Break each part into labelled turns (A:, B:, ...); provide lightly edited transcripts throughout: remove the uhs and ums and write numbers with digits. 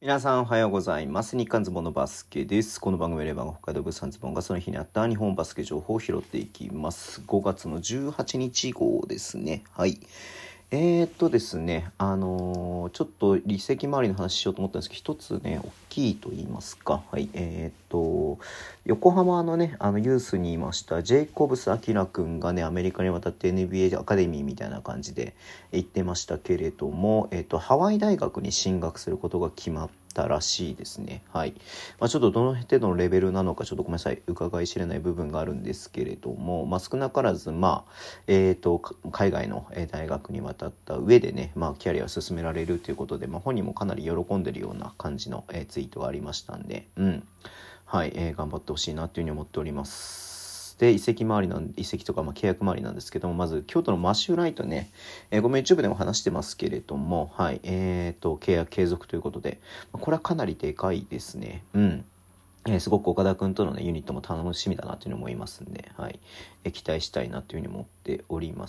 A: 皆さんおはようございます。日刊ズボンのバスケです。この番組はレバンが北海道物産ズボンがその日にあった日本バスケ情報を拾っていきます。5月の18日号ですね。はい。ですね、ちょっと離席周りの話しようと思ったんですけど、一つね、大きいと言いますか、はい、横浜のね、ユースにいました、ジェイコブス・アキラ君がね、アメリカに渡って NBA アカデミーみたいな感じで行ってましたけれども、ハワイ大学に進学することが決まったらしいですね。はい。ちょっとどの程度のレベルなのか、ちょっとごめんなさい、伺い知れない部分があるんですけれども、少なからず、海外の大学に渡った上でね、キャリアを進められるということで、本人もかなり喜んでるような感じのツイートがありましたんで、はい、頑張ってほしいなというふうに思っております。で、移籍とか契約周りなんですけども、まず京都のマシューライトね、ごめん YouTube でも話してますけれども、はい、契約継続ということで、これはかなりでかいですね。すごく岡田君との、ね、ユニットも楽しみだなというふうに思いますんで、はい、期待したいなというふうに思っております。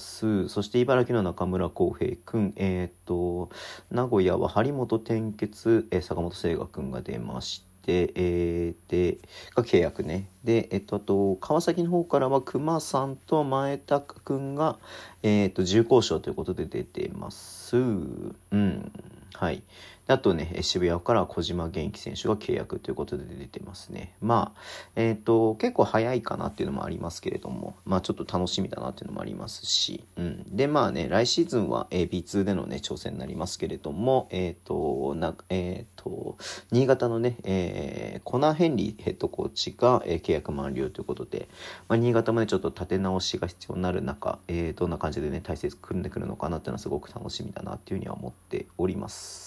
A: そして茨城の中村浩平君、名古屋は張本天傑、坂本聖雅君が出まして、でが契約ね。で、あと川崎の方からは熊さんと前田君が、自由交渉ということで出てます。はい。あとね、渋谷から小島元気選手が契約ということで出てますね。結構早いかなっていうのもありますけれども、ちょっと楽しみだなっていうのもありますし、で、来シーズンは B2 でのね、挑戦になりますけれども、新潟のね、コナー・ヘンリーヘッドコーチが、契約満了ということで、新潟もね、ちょっと立て直しが必要になる中、どんな感じでね、体制組んでくるのかなっていうのはすごく楽しみだなっていうふうには思っております。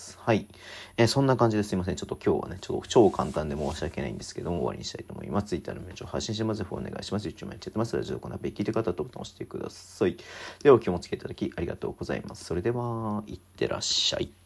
A: はい。そんな感じですいません。ちょっと今日はね、ちょっと超簡単で申し訳ないんですけども、終わりにしたいと思います。Twitter のメンション発信してます。お願いします。YouTube もやっちゃってます。ラジオこのべきで方とボタンを押してください。では、今日もお付き合いいただきありがとうございます。それでは、いってらっしゃい。